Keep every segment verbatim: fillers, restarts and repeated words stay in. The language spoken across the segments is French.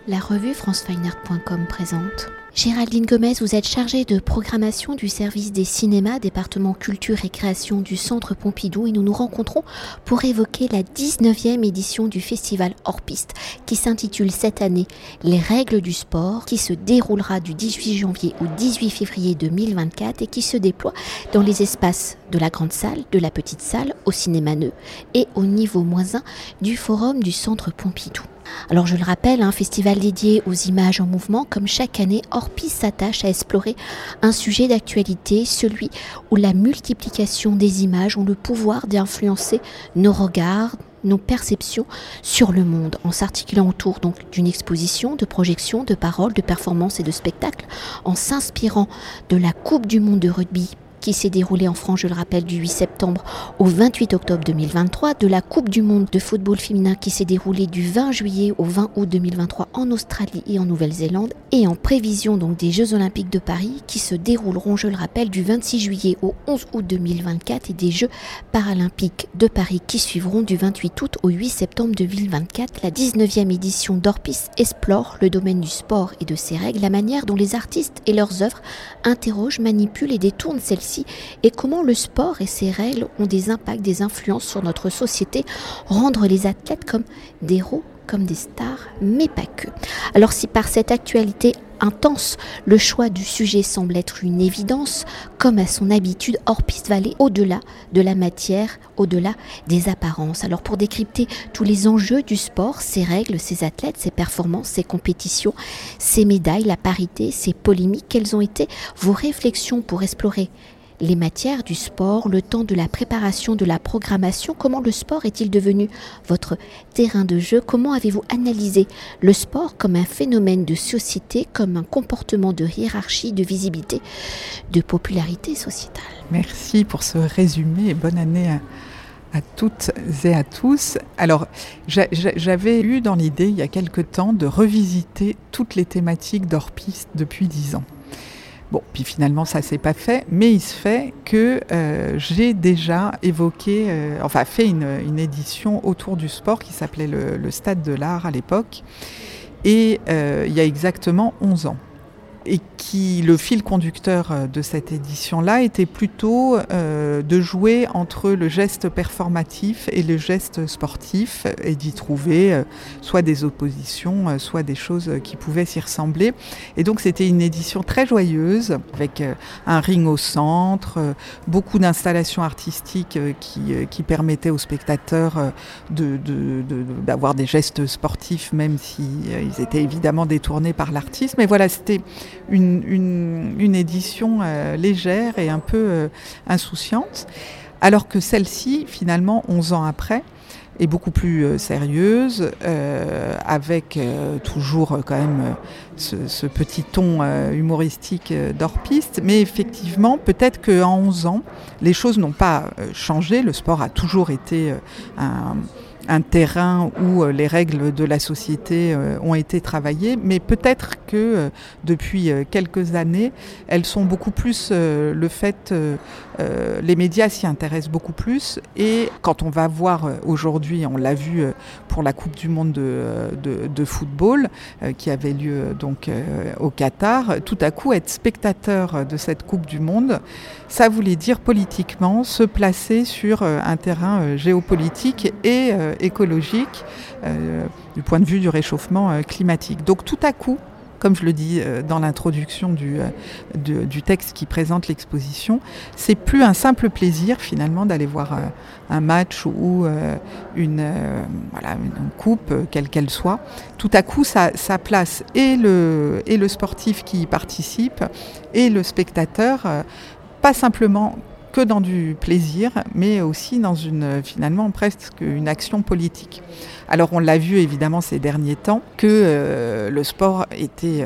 La revue france fine art point com présente. Géraldine Gomez, vous êtes chargée de programmation du service des cinémas, département culture et création du Centre Pompidou, et nous nous rencontrons pour évoquer la dix-neuvième édition du festival hors piste qui s'intitule cette année Les règles du sport, qui se déroulera du dix-huit janvier au dix-huit février deux mille vingt-quatre et qui se déploie dans les espaces de la grande salle, de la petite salle, au cinéma Neu et au niveau moins un du forum du Centre Pompidou. Alors je le rappelle, un festival dédié aux images en mouvement, comme chaque année, Hors Piste s'attache à explorer un sujet d'actualité, celui où la multiplication des images ont le pouvoir d'influencer nos regards, nos perceptions sur le monde, en s'articulant autour donc d'une exposition, de projections, de paroles, de performances et de spectacles, en s'inspirant de la Coupe du monde de rugby qui s'est déroulée en France, je le rappelle, du huit septembre au vingt-huit octobre deux mille vingt-trois, de la Coupe du monde de football féminin qui s'est déroulée du vingt juillet au vingt août deux mille vingt-trois en Australie et en Nouvelle-Zélande, et en prévision donc des Jeux Olympiques de Paris qui se dérouleront, je le rappelle, du vingt-six juillet au onze août deux mille vingt-quatre, et des Jeux Paralympiques de Paris qui suivront du vingt-huit août au huit septembre deux mille vingt-quatre. La dix-neuvième édition d'Hors Piste explore le domaine du sport et de ses règles, la manière dont les artistes et leurs œuvres interrogent, manipulent et détournent celles-ci, et comment le sport et ses règles ont des impacts, des influences sur notre société, rendre les athlètes comme des héros, comme des stars, mais pas que. Alors si par cette actualité intense, le choix du sujet semble être une évidence, comme à son habitude, Hors Piste va aller au-delà de la matière, au-delà des apparences. Alors pour décrypter tous les enjeux du sport, ses règles, ses athlètes, ses performances, ses compétitions, ses médailles, la parité, ses polémiques, quelles ont été vos réflexions pour explorer les matières du sport, le temps de la préparation, de la programmation? Comment le sport est-il devenu votre terrain de jeu? Comment avez-vous analysé le sport comme un phénomène de société, comme un comportement de hiérarchie, de visibilité, de popularité sociétale? Merci pour ce résumé et bonne année à, à toutes et à tous. Alors, j'a, j'avais eu dans l'idée il y a quelque temps de revisiter toutes les thématiques d'Hors Piste depuis dix ans. Bon, puis finalement, ça ne s'est pas fait, mais il se fait que euh, j'ai déjà évoqué, euh, enfin fait une, une édition autour du sport qui s'appelait le, le Stade de l'Art à l'époque, et euh, il y a exactement onze ans. Et qui, le fil conducteur de cette édition-là était plutôt euh, de jouer entre le geste performatif et le geste sportif, et d'y trouver euh, soit des oppositions, euh, soit des choses qui pouvaient s'y ressembler. Et donc c'était une édition très joyeuse, avec euh, un ring au centre, euh, beaucoup d'installations artistiques euh, qui, euh, qui permettaient aux spectateurs euh, de, de, de, d'avoir des gestes sportifs, même si euh, ils étaient évidemment détournés par l'artiste. Mais voilà, c'était Une, une, une édition euh, légère et un peu euh, insouciante, alors que celle-ci, finalement, onze ans après, est beaucoup plus euh, sérieuse, euh, avec euh, toujours euh, quand même euh, ce, ce petit ton euh, humoristique euh, d'Hors Piste, mais effectivement, peut-être qu'en onze ans, les choses n'ont pas euh, changé, le sport a toujours été euh, un... un terrain où les règles de la société ont été travaillées, mais peut-être que depuis quelques années, elles sont beaucoup plus le fait, les médias s'y intéressent beaucoup plus, et quand on va voir aujourd'hui, on l'a vu pour la Coupe du monde de, de, de football qui avait lieu donc au Qatar, tout à coup être spectateur de cette Coupe du monde, ça voulait dire politiquement se placer sur un terrain géopolitique et écologique euh, du point de vue du réchauffement euh, climatique. Donc tout à coup, comme je le dis euh, dans l'introduction du, euh, du, du texte qui présente l'exposition, c'est plus un simple plaisir finalement d'aller voir euh, un match ou euh, une, euh, voilà, une coupe, euh, quelle qu'elle soit. Tout à coup, ça, ça place et le, et le sportif qui y participe et le spectateur, euh, pas simplement que dans du plaisir, mais aussi dans une, finalement presque une action politique. Alors on l'a vu évidemment ces derniers temps, que euh, le sport était euh,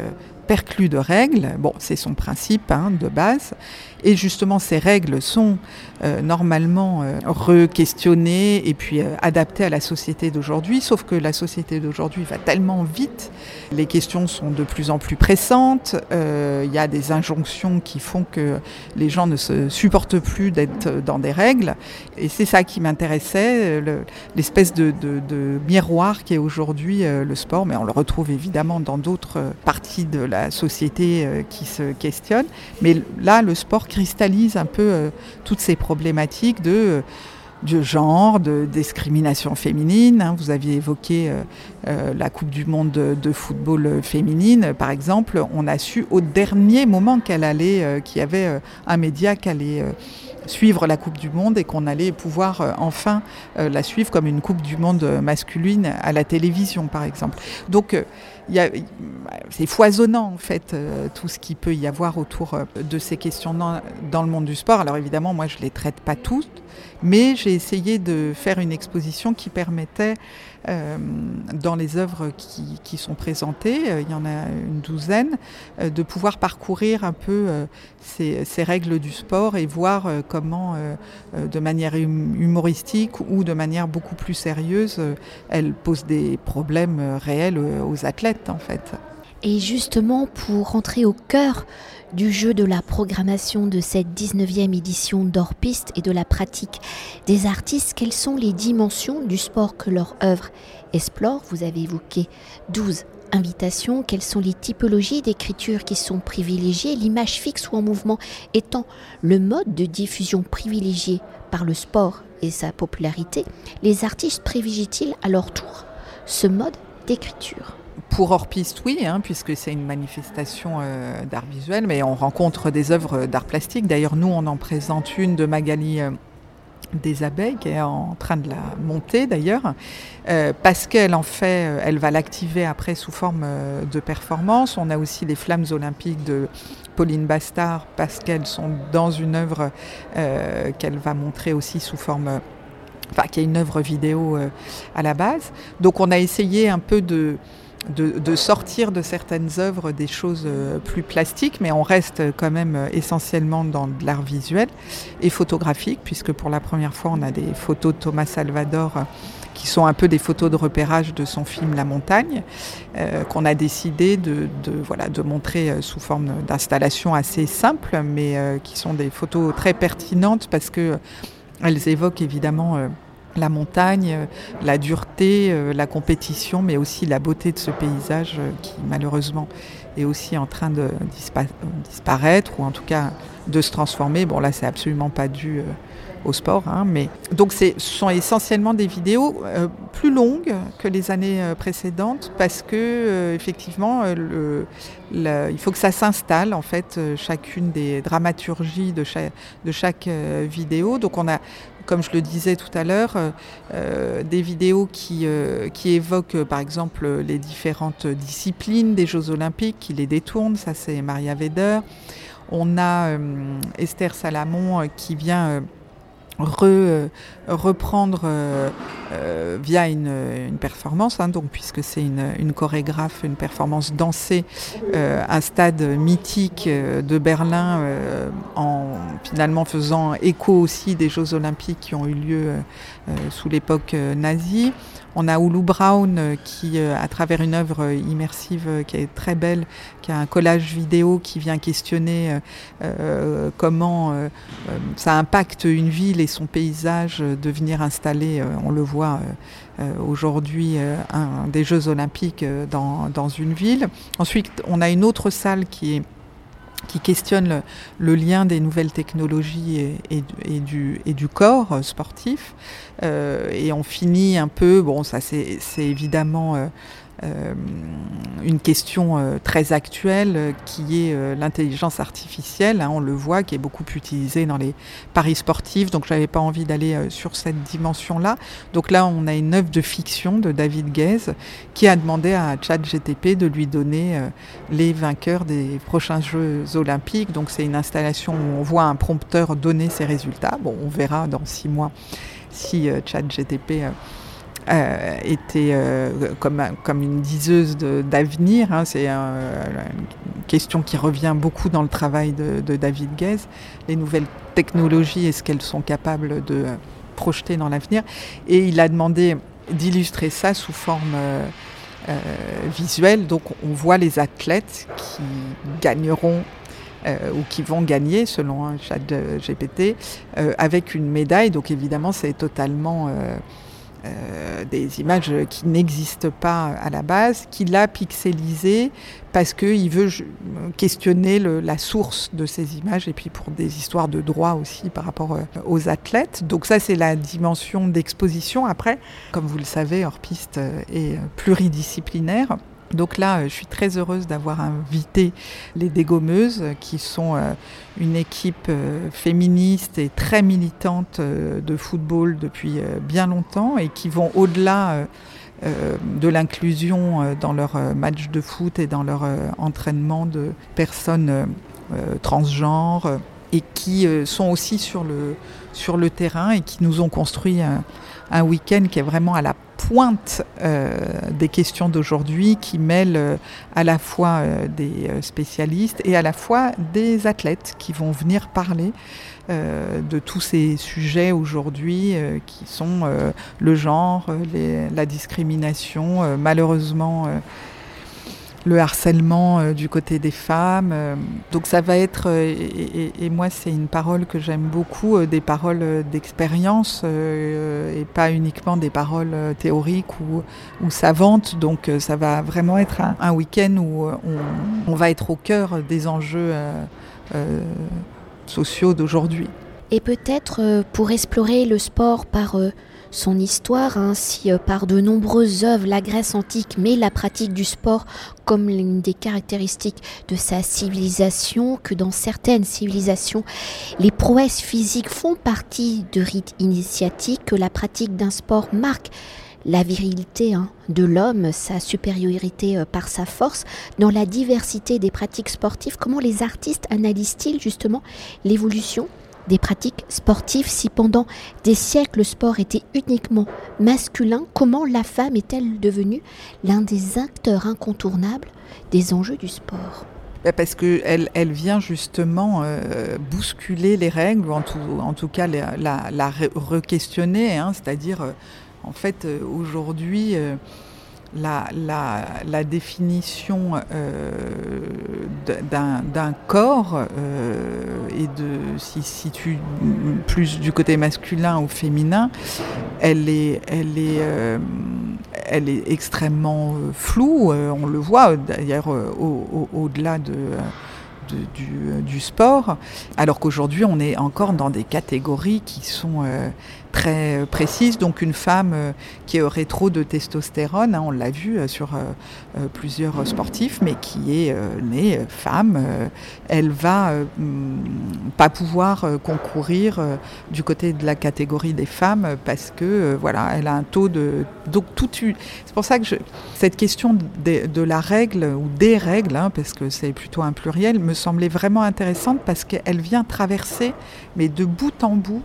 perclus de règles. Bon, c'est son principe hein, de base. Et justement, ces règles sont euh, normalement euh, re-questionnées et puis euh, adaptées à la société d'aujourd'hui. Sauf que la société d'aujourd'hui va tellement vite. Les questions sont de plus en plus pressantes. Euh, il y a des injonctions qui font que les gens ne se supportent plus d'être dans des règles. Et c'est ça qui m'intéressait, le, l'espèce de, de, de miroir qui est aujourd'hui euh, le sport. Mais on le retrouve évidemment dans d'autres parties de la société euh, qui se questionnent. Mais là, le sport cristallise un peu euh, toutes ces problématiques de, euh, de genre, de discrimination féminine. Hein. Vous aviez évoqué euh, euh, la Coupe du Monde de, de football féminine, par exemple. On a su au dernier moment qu'elle allait, euh, qu'il y avait euh, un média qui allait euh, suivre la Coupe du Monde et qu'on allait pouvoir euh, enfin euh, la suivre comme une Coupe du Monde masculine à la télévision, par exemple. Donc, euh, Il y a, c'est foisonnant en fait euh, tout ce qu'il peut y avoir autour euh, de ces questions dans, dans le monde du sport. Alors évidemment, moi je ne les traite pas toutes, mais j'ai essayé de faire une exposition qui permettait, euh, dans les œuvres qui, qui sont présentées, euh, il y en a une douzaine, euh, de pouvoir parcourir un peu euh, ces, ces règles du sport et voir euh, comment, euh, euh, de manière hum- humoristique ou de manière beaucoup plus sérieuse, euh, elles posent des problèmes euh, réels euh, aux athlètes en fait. Et justement, pour rentrer au cœur du jeu de la programmation de cette dix-neuvième édition d'Hors-Piste et de la pratique des artistes, quelles sont les dimensions du sport que leur œuvre explore ? Vous avez évoqué douze invitations. Quelles sont les typologies d'écriture qui sont privilégiées ? L'image fixe ou en mouvement étant le mode de diffusion privilégié par le sport et sa popularité, les artistes privilégient-ils à leur tour ce mode d'écriture ? Pour Hors-Piste, oui, hein, puisque c'est une manifestation euh, d'art visuel, mais on rencontre des œuvres d'art plastique. D'ailleurs, nous, on en présente une de Magali euh, des Abeilles, qui est en train de la monter d'ailleurs, euh, parce qu'elle en fait, euh, elle va l'activer après sous forme euh, de performance. On a aussi les Flammes olympiques de Pauline Bastard, parce qu'elles sont dans une œuvre euh, qu'elle va montrer aussi sous forme... Euh, enfin, qui est une œuvre vidéo euh, à la base. Donc, on a essayé un peu de... De, de sortir de certaines œuvres des choses euh, plus plastiques, mais on reste quand même euh, essentiellement dans de l'art visuel et photographique, puisque pour la première fois on a des photos de Thomas Salvador euh, qui sont un peu des photos de repérage de son film La Montagne, euh, qu'on a décidé de, de, voilà, de montrer euh, sous forme d'installation assez simple, mais euh, qui sont des photos très pertinentes parce que euh, elles évoquent évidemment euh, la montagne, la dureté, la compétition, mais aussi la beauté de ce paysage qui malheureusement est aussi en train de dispa- disparaître ou en tout cas de se transformer. Bon là c'est absolument pas dû au sport, hein, mais donc c'est, ce sont essentiellement des vidéos euh, plus longues que les années euh, précédentes parce que euh, effectivement euh, le, le, il faut que ça s'installe en fait euh, chacune des dramaturgies de chaque, de chaque euh, vidéo. Donc on a, comme je le disais tout à l'heure, euh, euh, des vidéos qui, euh, qui évoquent euh, par exemple les différentes disciplines des Jeux Olympiques, qui les détournent, ça c'est Maria Weder. On a euh, Esther Salamon euh, qui vient euh, Re, euh, reprendre euh, euh, via une, une performance, hein, donc, puisque c'est une, une chorégraphe, une performance dansée, euh, un stade mythique euh, de Berlin, euh, en finalement faisant écho aussi des Jeux Olympiques qui ont eu lieu euh, euh, sous l'époque euh, nazie. On a Oulu Brown euh, qui, euh, à travers une œuvre immersive euh, qui est très belle, qui a un collage vidéo qui vient questionner euh, euh, comment euh, euh, ça impacte une ville et son paysage euh, de venir installer, euh, on le voit euh, euh, aujourd'hui, euh, un des Jeux Olympiques euh, dans, dans une ville. Ensuite, on a une autre salle qui est qui questionne le, le lien des nouvelles technologies et, et, et, du, et du corps sportif. Euh, et on finit un peu, bon ça c'est, c'est évidemment euh, euh, une question euh, très actuelle euh, qui est euh, l'intelligence artificielle, hein, on le voit, qui est beaucoup utilisée dans les paris sportifs, donc je n'avais pas envie d'aller euh, sur cette dimension-là. Donc là, on a une œuvre de fiction de David Guez qui a demandé à ChatGPT de lui donner euh, les vainqueurs des prochains Jeux Olympiques. Donc c'est une installation où on voit un prompteur donner ses résultats. Bon, on verra dans six mois si euh, ChatGPT euh, Euh, était euh, comme, comme une diseuse de, d'avenir, hein, c'est euh, une question qui revient beaucoup dans le travail de, de David Guez, les nouvelles technologies et ce qu'elles sont capables de projeter dans l'avenir. Et il a demandé d'illustrer ça sous forme euh, euh, visuelle. Donc on voit les athlètes qui gagneront euh, ou qui vont gagner, selon un chat de G P T, euh, avec une médaille. Donc évidemment, c'est totalement... Euh, Euh, des images qui n'existent pas à la base, qu'il a pixelisées parce qu'il veut questionner le, la source de ces images et puis pour des histoires de droit aussi par rapport aux athlètes. Donc ça, c'est la dimension d'exposition. Après, comme vous le savez, Hors-Piste est pluridisciplinaire. Donc là, je suis très heureuse d'avoir invité les Dégommeuses, qui sont une équipe féministe et très militante de football depuis bien longtemps et qui vont au-delà de l'inclusion dans leur match de foot et dans leur entraînement de personnes transgenres et qui sont aussi sur le, sur le terrain et qui nous ont construit un, un week-end qui est vraiment à la pointe euh, des questions d'aujourd'hui, qui mêle euh, à la fois euh, des spécialistes et à la fois des athlètes qui vont venir parler euh, de tous ces sujets aujourd'hui euh, qui sont euh, le genre, les, la discrimination, euh, malheureusement euh, le harcèlement euh, du côté des femmes. Euh, donc ça va être, euh, et, et, et moi c'est une parole que j'aime beaucoup, euh, des paroles d'expérience euh, et pas uniquement des paroles théoriques ou, ou savantes. Donc euh, ça va vraiment être un, un week-end où on, on va être au cœur des enjeux euh, euh, sociaux d'aujourd'hui. Et peut-être euh, pour explorer le sport par... Euh son histoire, ainsi hein, par de nombreuses œuvres, la Grèce antique met la pratique du sport comme l'une des caractéristiques de sa civilisation, que dans certaines civilisations, les prouesses physiques font partie de rites initiatiques, que la pratique d'un sport marque la virilité hein, de l'homme, sa supériorité euh, par sa force. Dans la diversité des pratiques sportives, comment les artistes analysent-ils justement l'évolution des pratiques sportives? Si pendant des siècles le sport était uniquement masculin, comment la femme est-elle devenue l'un des acteurs incontournables des enjeux du sport? Parce qu'elle elle vient justement euh, bousculer les règles, ou en tout, en tout cas la, la, la re-questionner, hein, c'est-à-dire euh, en fait euh, aujourd'hui euh, La, la, la définition euh, d'un, d'un corps euh, et de s'y situe plus du côté masculin ou féminin, elle est, elle est, euh, elle est extrêmement floue. On le voit d'ailleurs au, au, au-delà de, de, du, du sport, alors qu'aujourd'hui on est encore dans des catégories qui sont euh, très précise. Donc une femme euh, qui aurait trop de testostérone, hein, on l'a vu euh, sur euh, euh, plusieurs sportifs, mais qui est euh, née euh, femme, euh, elle va euh, pas pouvoir euh, concourir euh, du côté de la catégorie des femmes parce que euh, voilà, elle a un taux de... Donc tout, c'est pour ça que je... cette question de, de la règle ou des règles, hein, parce que c'est plutôt un pluriel, me semblait vraiment intéressante parce qu'elle vient traverser, mais de bout en bout,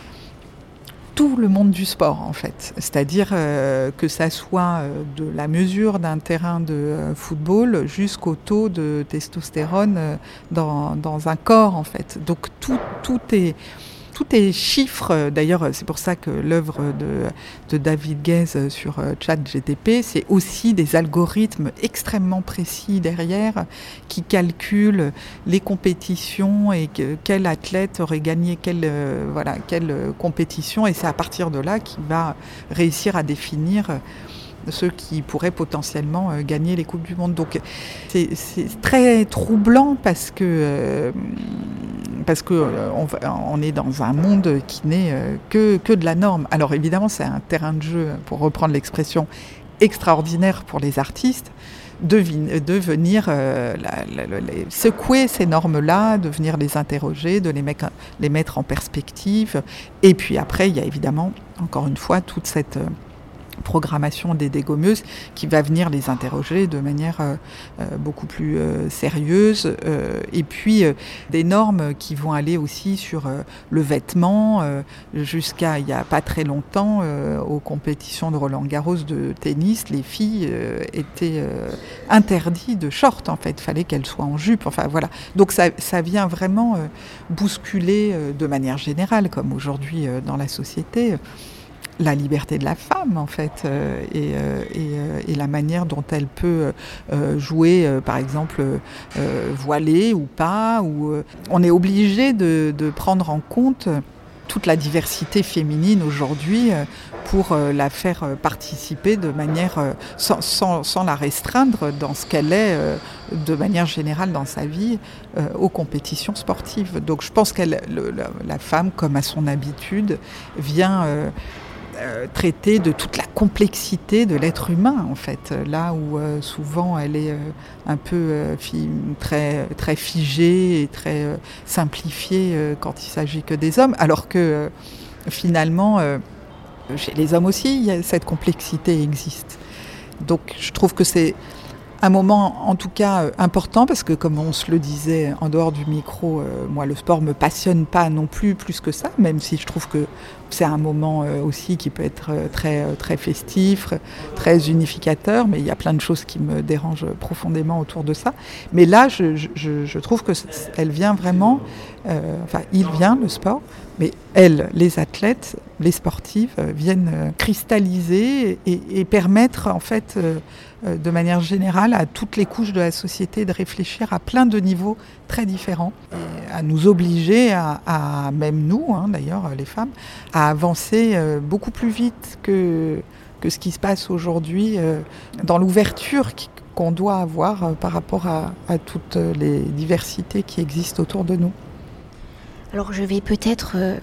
tout le monde du sport en fait, c'est-à-dire euh, que ça soit euh, de la mesure d'un terrain de euh, football jusqu'au taux de testostérone euh, dans, dans un corps en fait. Donc tout, tout est... Tout est chiffres, d'ailleurs c'est pour ça que l'œuvre de, de David Guez sur ChatGPT, c'est aussi des algorithmes extrêmement précis derrière qui calculent les compétitions et que, quel athlète aurait gagné quelle, euh, voilà, quelle compétition, et c'est à partir de là qu'il va réussir à définir ceux qui pourraient potentiellement euh, gagner les Coupes du Monde. Donc c'est, c'est très troublant parce que, euh, parce que euh, on, on est dans un monde qui n'est euh, que, que de la norme. Alors évidemment, c'est un terrain de jeu, pour reprendre l'expression, extraordinaire pour les artistes, de, de venir euh, la, la, la, secouer ces normes-là, de venir les interroger, de les mettre, les mettre en perspective. Et puis après, il y a évidemment, encore une fois, toute cette... Euh, programmation des dégommeuses qui va venir les interroger de manière euh, euh, beaucoup plus euh, sérieuse euh, et puis euh, des normes qui vont aller aussi sur euh, le vêtement euh, jusqu'à il n'y a pas très longtemps euh, aux compétitions de Roland-Garros de tennis les filles euh, étaient euh, interdites de short en fait, il fallait qu'elles soient en jupe, enfin voilà, donc ça, ça vient vraiment euh, bousculer euh, de manière générale comme aujourd'hui euh, dans la société euh, la liberté de la femme en fait euh, et, euh, et, euh, et la manière dont elle peut euh, jouer euh, par exemple euh, voilée ou pas ou, euh, on est obligé de, de prendre en compte toute la diversité féminine aujourd'hui euh, pour euh, la faire participer de manière euh, sans, sans, sans la restreindre dans ce qu'elle est euh, de manière générale dans sa vie euh, aux compétitions sportives. Donc je pense que la, la femme comme à son habitude vient euh, Euh, traiter de toute la complexité de l'être humain en fait, là où euh, souvent elle est euh, un peu euh, fi- très, très figée et très euh, simplifiée euh, quand il s'agit que des hommes, alors que euh, finalement euh, chez les hommes aussi il y a, cette complexité existe. Donc je trouve que c'est un moment en tout cas euh, important parce que comme on se le disait en dehors du micro, euh, moi le sport me passionne pas non plus plus que ça, même si je trouve que c'est un moment euh, aussi qui peut être euh, très, euh, très festif, très unificateur, mais il y a plein de choses qui me dérangent profondément autour de ça. Mais là, je, je, je trouve qu'elle vient vraiment, euh, enfin il vient le sport, mais elles, les athlètes, les sportives, euh, viennent euh, cristalliser et, et permettre en fait euh, de manière générale à toutes les couches de la société de réfléchir à plein de niveaux très différents, et à nous obliger, à, à même nous hein, d'ailleurs les femmes, à avancer euh, beaucoup plus vite que, que ce qui se passe aujourd'hui euh, dans l'ouverture qui, qu'on doit avoir euh, par rapport à, à toutes les diversités qui existent autour de nous. Alors je vais peut-être euh,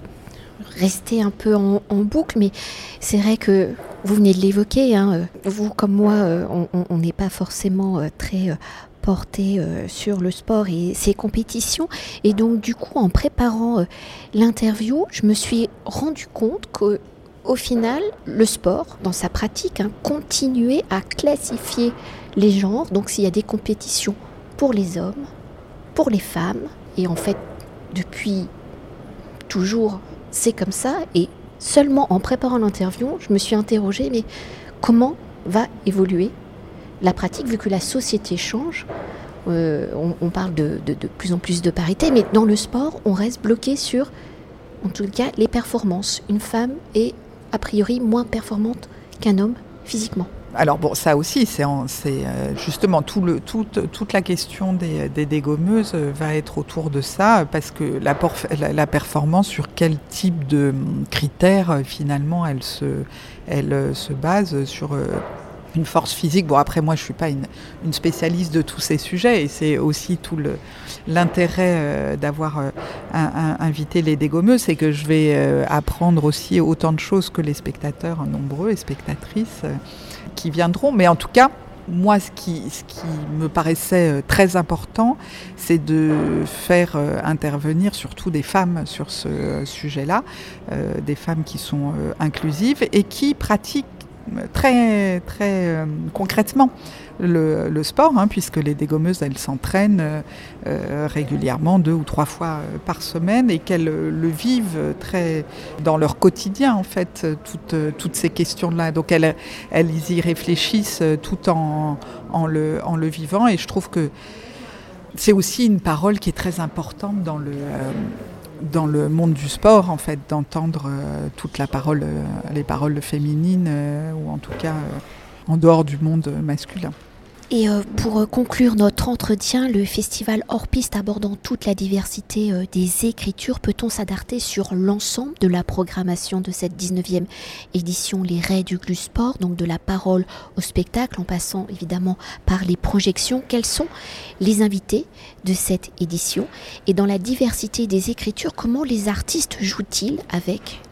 rester un peu en, en boucle, mais c'est vrai que vous venez de l'évoquer, hein, vous comme moi, euh, on n'est pas forcément euh, très euh, porté euh, sur le sport et ses compétitions. Et donc du coup, en préparant euh, l'interview, je me suis rendu compte qu'au final, le sport, dans sa pratique, hein, continuait à classifier les genres. Donc s'il y a des compétitions pour les hommes, pour les femmes, et en fait, depuis toujours, c'est comme ça. Et seulement en préparant l'interview, je me suis interrogée, mais comment va évoluer la pratique, vu que la société change. Euh, on, on parle de, de, de plus en plus de parité, mais dans le sport, on reste bloqué sur, en tout cas, les performances. Une femme est a priori moins performante qu'un homme physiquement. Alors bon, ça aussi, c'est, en, c'est euh, justement tout le, tout, toute la question des, des dégommeuses va être autour de ça, parce que la, porf, la, la performance, sur quel type de critères finalement elle se, elle se base sur euh, une force physique. Bon, après moi je suis pas une, une spécialiste de tous ces sujets, et c'est aussi tout le, l'intérêt euh, d'avoir euh, un, un, invité les dégommeuses, c'est que je vais euh, apprendre aussi autant de choses que les spectateurs nombreux et spectatrices euh, qui viendront. Mais en tout cas, moi, ce qui, ce qui me paraissait très important, c'est de faire euh, intervenir surtout des femmes sur ce sujet-là, euh, des femmes qui sont euh, inclusives et qui pratiquent très, très euh, concrètement le, le sport, hein, puisque les dégommeuses, elles s'entraînent euh, régulièrement, deux ou trois fois par semaine, et qu'elles le vivent très dans leur quotidien, en fait, toutes, toutes ces questions-là. Donc elles, elles y réfléchissent tout en, en, le, en le vivant, et je trouve que c'est aussi une parole qui est très importante dans le... Euh, dans le monde du sport, en fait, d'entendre euh, toute la parole, euh, les paroles féminines, euh, ou en tout cas euh, en dehors du monde masculin. Et euh, pour conclure notre entretien, le festival hors piste abordant toute la diversité euh, des écritures, peut-on s'attarder sur l'ensemble de la programmation de cette dix-neuvième édition, les raies du Glu Sport, donc de la parole au spectacle, en passant évidemment par les projections. Quels sont les invités de cette édition? Et dans la diversité des écritures, comment les artistes jouent-ils avec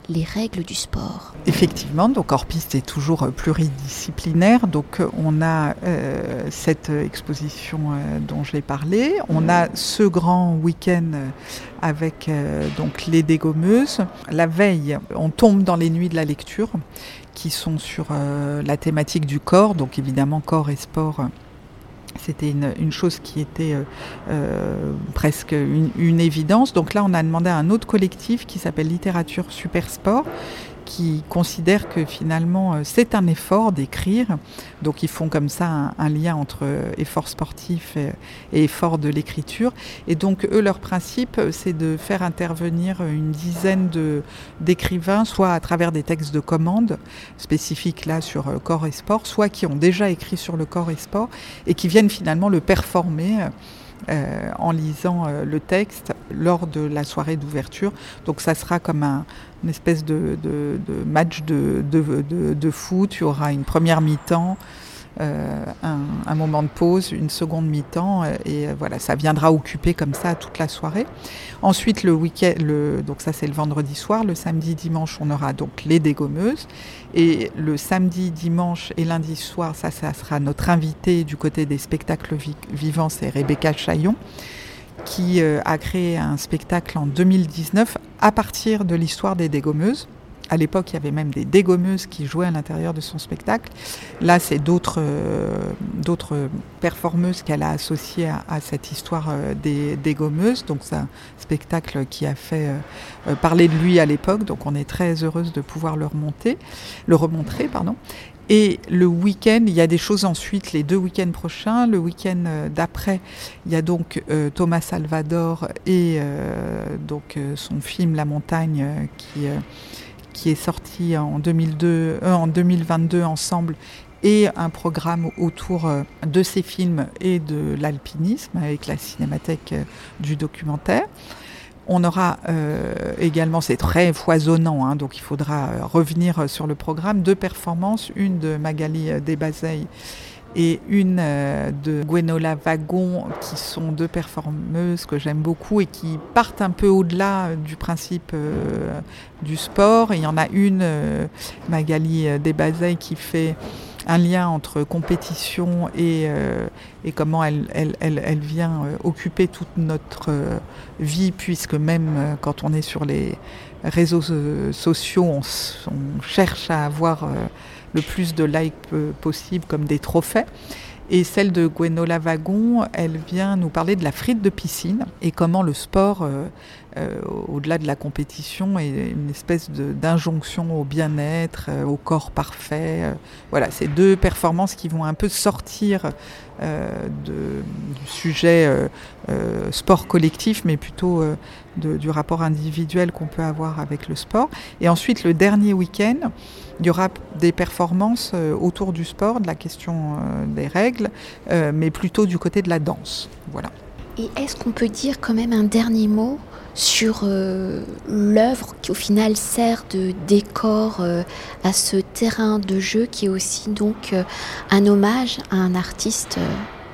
les règles du sport. Effectivement, donc Hors-Piste est toujours pluridisciplinaire. Donc on a euh, cette exposition euh, dont j'ai parlé. On a ce grand week-end avec euh, donc les dégommeuses. La veille, on tombe dans les nuits de la lecture qui sont sur euh, la thématique du corps. Donc évidemment, corps et sport. C'était une, une chose qui était euh, euh, presque une, une évidence. Donc là, on a demandé à un autre collectif qui s'appelle Littérature Super Sport, qui considèrent que finalement c'est un effort d'écrire. Donc ils font comme ça un, un lien entre effort sportif et, et effort de l'écriture. Et donc eux, leur principe, c'est de faire intervenir une dizaine de, d'écrivains, soit à travers des textes de commande spécifiques là sur corps et sport, soit qui ont déjà écrit sur le corps et sport et qui viennent finalement le performer Euh, en lisant euh, le texte lors de la soirée d'ouverture. Donc ça sera comme un, une espèce de, de, de match de, de, de, de foot. Il y aura une première mi-temps, euh, un, un moment de pause, une seconde mi-temps, euh, et euh, voilà, ça viendra occuper comme ça toute la soirée. Ensuite, le week-end, le, donc ça c'est le vendredi soir. Le samedi, dimanche, on aura donc les dégommeuses. Et le samedi, dimanche et lundi soir, ça, ça sera notre invité du côté des spectacles vi- vivants, c'est Rebecca Chaillon, qui euh, a créé un spectacle en deux mille dix-neuf à partir de l'histoire des dégommeuses. À l'époque, il y avait même des dégommeuses qui jouaient à l'intérieur de son spectacle. Là, c'est d'autres, euh, d'autres performeuses qu'elle a associées à, à cette histoire euh, des dégommeuses. Donc, c'est un spectacle qui a fait euh, parler de lui à l'époque. Donc, on est très heureuse de pouvoir le remonter, le remontrer, pardon. Et le week-end, il y a des choses ensuite, les deux week-ends prochains. Le week-end d'après, il y a donc euh, Thomas Salvador et euh, donc euh, son film La Montagne euh, qui... Euh, qui est sorti en, deux mille deux, euh, en deux mille vingt-deux ensemble, et un programme autour euh, de ces films et de l'alpinisme avec la cinémathèque euh, du documentaire. On aura euh, également, c'est très foisonnant, hein, donc il faudra euh, revenir sur le programme, deux performances, une de Magali Desbazeilles et une euh, de Gwenola Wagon, qui sont deux performeuses que j'aime beaucoup et qui partent un peu au-delà du principe euh, du sport. Et il y en a une, euh, Magali Desbazeilles, qui fait un lien entre compétition et, euh, et comment elle, elle, elle, elle vient euh, occuper toute notre euh, vie, puisque même euh, quand on est sur les réseaux euh, sociaux, on, on cherche à avoir... Euh, le plus de likes possible comme des trophées. Et celle de Gwenola Wagon, elle vient nous parler de la frite de piscine et comment le sport, euh, euh, au-delà de la compétition, est une espèce de, d'injonction au bien-être, euh, au corps parfait. Euh, voilà, c'est deux performances qui vont un peu sortir euh, de, du sujet euh, euh, sport collectif, mais plutôt euh, de, du rapport individuel qu'on peut avoir avec le sport. Et ensuite, le dernier week-end, il y aura des performances euh, autour du sport, de la question euh, des règles, euh, mais plutôt du côté de la danse. Voilà. Et est-ce qu'on peut dire quand même un dernier mot sur euh, l'œuvre qui au final sert de décor euh, à ce terrain de jeu, qui est aussi donc euh, un hommage à un artiste euh,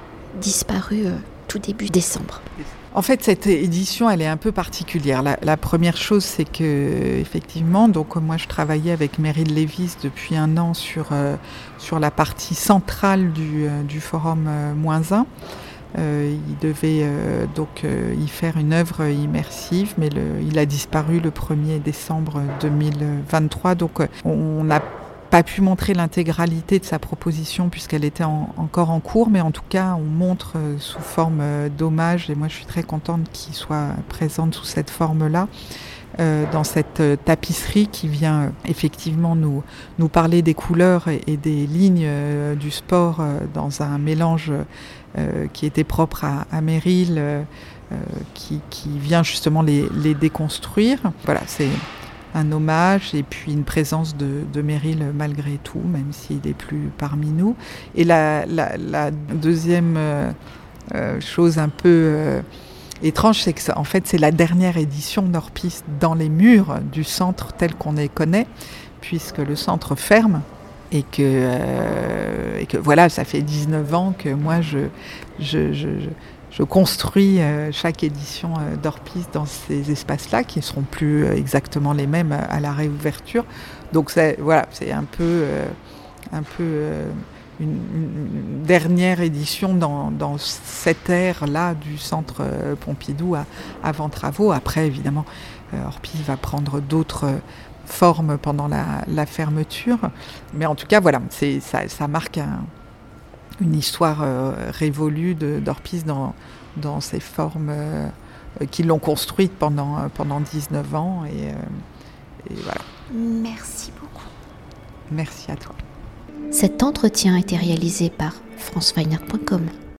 disparu euh, tout début décembre? En fait, cette édition, elle est un peu particulière. La, la première chose, c'est que, effectivement, donc moi, je travaillais avec Meryl Lévis depuis un an sur euh, sur la partie centrale du, euh, du forum euh, moins un. Euh, il devait euh, donc euh, y faire une œuvre immersive, mais le, il a disparu le premier décembre deux mille vingt-trois. Donc, euh, on n'a pas pu montrer l'intégralité de sa proposition puisqu'elle était en, encore en cours, mais en tout cas, on montre euh, sous forme euh, d'hommage, et moi, je suis très contente qu'il soit présente sous cette forme-là. Euh, dans cette euh, tapisserie qui vient euh, effectivement nous, nous parler des couleurs et, et des lignes euh, du sport euh, dans un mélange euh, qui était propre à, à Meryl, euh, euh, qui, qui vient justement les, les déconstruire. Voilà, c'est un hommage et puis une présence de, de Meryl malgré tout, même s'il n'est plus parmi nous. Et la, la, la deuxième euh, euh, chose un peu... Euh, étrange, c'est que ça, en fait, c'est la dernière édition d'Hors-Piste dans les murs du centre tel qu'on les connaît, puisque le centre ferme et que, euh, et que voilà, ça fait dix-neuf ans que moi je, je, je, je construis euh, chaque édition euh, d'Orpis dans ces espaces-là, qui ne seront plus euh, exactement les mêmes à la réouverture. Donc c'est, voilà, c'est un peu, euh, un peu euh, une, une dernière édition dans, dans cette ère-là du centre euh, Pompidou à, avant travaux. Après, évidemment, euh, Orpis va prendre d'autres euh, formes pendant la, la fermeture. Mais en tout cas, voilà, c'est, ça, ça marque un, une histoire euh, révolue de, d'Orpis dans, dans ces formes euh, qui l'ont construite pendant, pendant dix-neuf ans. Et, euh, et voilà. Merci beaucoup. Merci à toi. Cet entretien a été réalisé par france fine art point com.